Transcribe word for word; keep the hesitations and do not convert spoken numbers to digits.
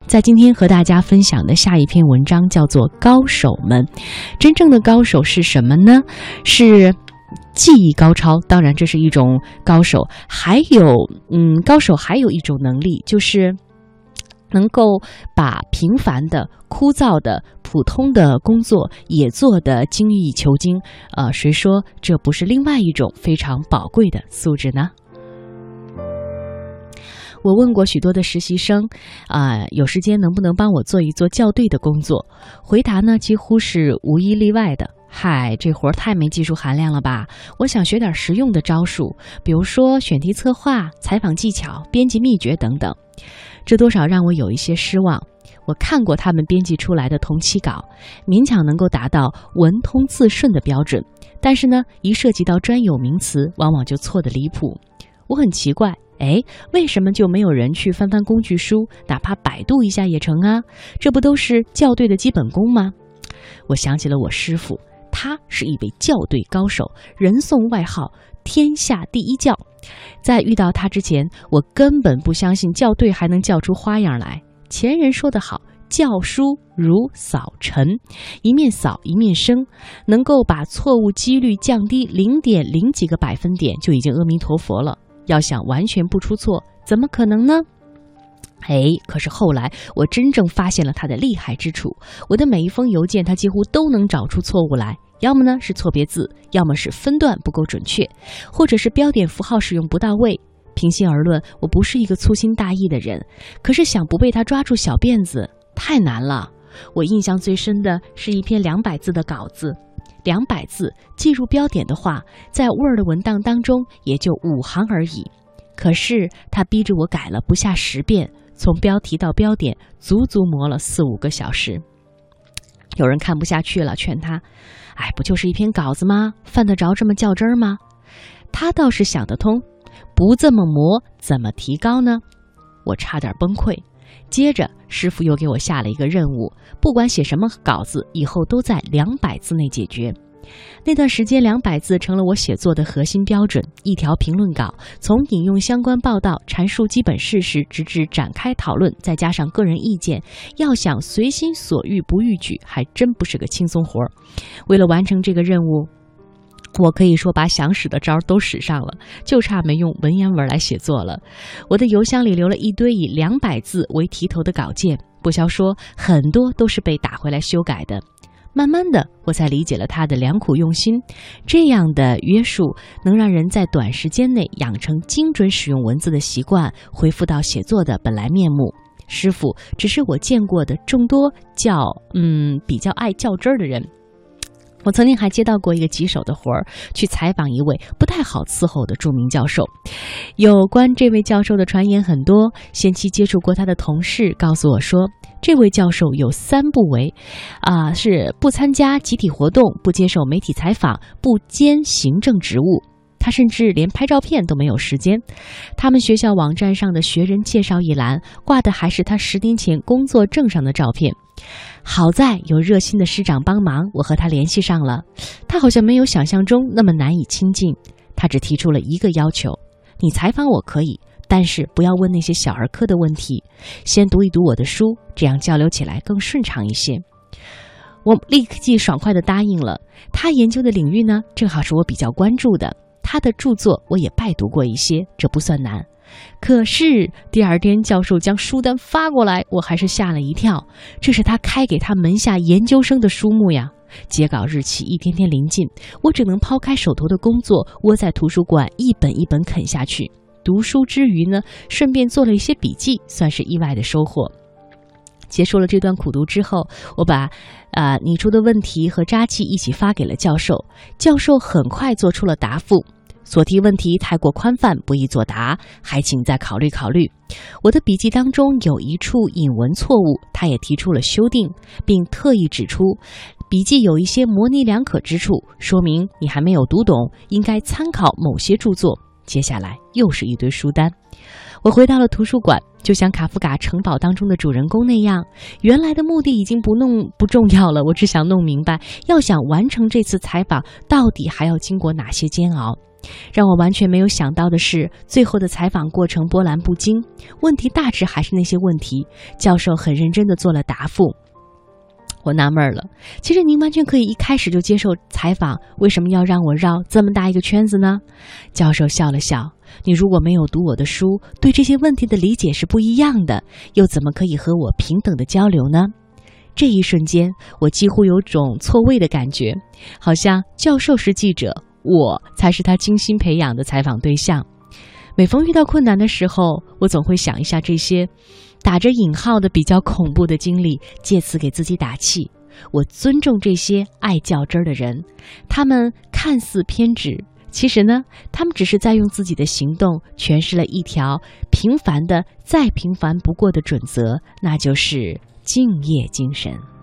在今天和大家分享的下一篇文章叫做《高手们》。真正的高手是什么呢？是技艺高超，当然这是一种高手。还有，嗯，高手还有一种能力，就是能够把平凡的、枯燥的、普通的工作也做得精益求精。呃，谁说这不是另外一种非常宝贵的素质呢？我问过许多的实习生，啊、呃，有时间能不能帮我做一做校对的工作？回答呢，几乎是无一例外的。嗨，这活儿太没技术含量了吧！我想学点实用的招数，比如说选题策划、采访技巧、编辑秘诀等等。这多少让我有一些失望。我看过他们编辑出来的同期稿，勉强能够达到文通字顺的标准，但是呢，一涉及到专有名词，往往就错得离谱。我很奇怪，哎，为什么就没有人去翻翻工具书，哪怕百度一下也成啊？这不都是校对的基本功吗？我想起了我师傅，他是一位校对高手，人送外号天下第一校。在遇到他之前，我根本不相信校对还能校出花样来。前人说得好，校书如扫尘，一面扫一面升，能够把错误几率降低零点零几个百分点，就已经阿弥陀佛了。要想完全不出错，怎么可能呢？哎，可是后来我真正发现了他的厉害之处。我的每一封邮件，他几乎都能找出错误来，要么呢是错别字，要么是分段不够准确，或者是标点符号使用不到位。平心而论，我不是一个粗心大意的人，可是想不被他抓住小辫子太难了。我印象最深的是一篇两百字的稿子，两百字记入标点的话，在 Word 文档当中也就五行而已。可是他逼着我改了不下十遍，从标题到标点足足磨了四五个小时。有人看不下去了，劝他，哎，不就是一篇稿子吗？犯得着这么较真儿吗？他倒是想得通，不这么磨怎么提高呢？我差点崩溃。接着师傅又给我下了一个任务，不管写什么稿子，以后都在两百字内解决。那段时间两百字成了我写作的核心标准，一条评论稿从引用相关报道、阐述基本事实，直至展开讨论，再加上个人意见，要想随心所欲不逾矩，还真不是个轻松活儿。为了完成这个任务，我可以说把想使的招都使上了，就差没用文言文来写作了。我的邮箱里留了一堆以两百字为题头的稿件，不消说很多都是被打回来修改的。慢慢的，我才理解了他的良苦用心。这样的约束能让人在短时间内养成精准使用文字的习惯，恢复到写作的本来面目。师傅只是我见过的众多较嗯比较爱较真儿的人。我曾经还接到过一个棘手的活儿，去采访一位不太好伺候的著名教授。有关这位教授的传言很多，先期接触过他的同事告诉我说，这位教授有三不为，啊、呃，是不参加集体活动，不接受媒体采访，不兼行政职务。他甚至连拍照片都没有时间。他们学校网站上的学人介绍一栏挂的还是他十年前工作证上的照片。好在有热心的师长帮忙，我和他联系上了。他好像没有想象中那么难以亲近，他只提出了一个要求：你采访我可以，但是不要问那些小儿科的问题，先读一读我的书，这样交流起来更顺畅一些。我立即爽快地答应了。他研究的领域呢，正好是我比较关注的，他的著作我也拜读过一些，这不算难。可是第二天教授将书单发过来，我还是吓了一跳。这是他开给他门下研究生的书目呀。截稿日期一天天临近，我只能抛开手头的工作，窝在图书馆一本一本啃下去。读书之余呢，顺便做了一些笔记，算是意外的收获。结束了这段苦读之后，我把啊、呃、拟出的问题和札记一起发给了教授。教授很快做出了答复，所提问题太过宽泛，不宜作答，还请再考虑考虑。我的笔记当中有一处引文错误，他也提出了修订，并特意指出笔记有一些模棱两可之处，说明你还没有读懂，应该参考某些著作。接下来又是一堆书单。我回到了图书馆，就像卡夫卡城堡当中的主人公那样，原来的目的已经不弄不重要了，我只想弄明白，要想完成这次采访，到底还要经过哪些煎熬。 让我完全没有想到的是，最后的采访过程波澜不惊，问题大致还是那些问题，教授很认真地做了答复。我纳闷了，其实您完全可以一开始就接受采访，为什么要让我绕这么大一个圈子呢？教授笑了笑，你如果没有读我的书，对这些问题的理解是不一样的，又怎么可以和我平等的交流呢？这一瞬间，我几乎有种错位的感觉，好像教授是记者，我才是他精心培养的采访对象。每逢遇到困难的时候，我总会想一下这些打着引号的比较恐怖的经历，借此给自己打气。我尊重这些爱较真儿的人，他们看似偏执，其实呢，他们只是在用自己的行动诠释了一条平凡的再平凡不过的准则，那就是敬业精神。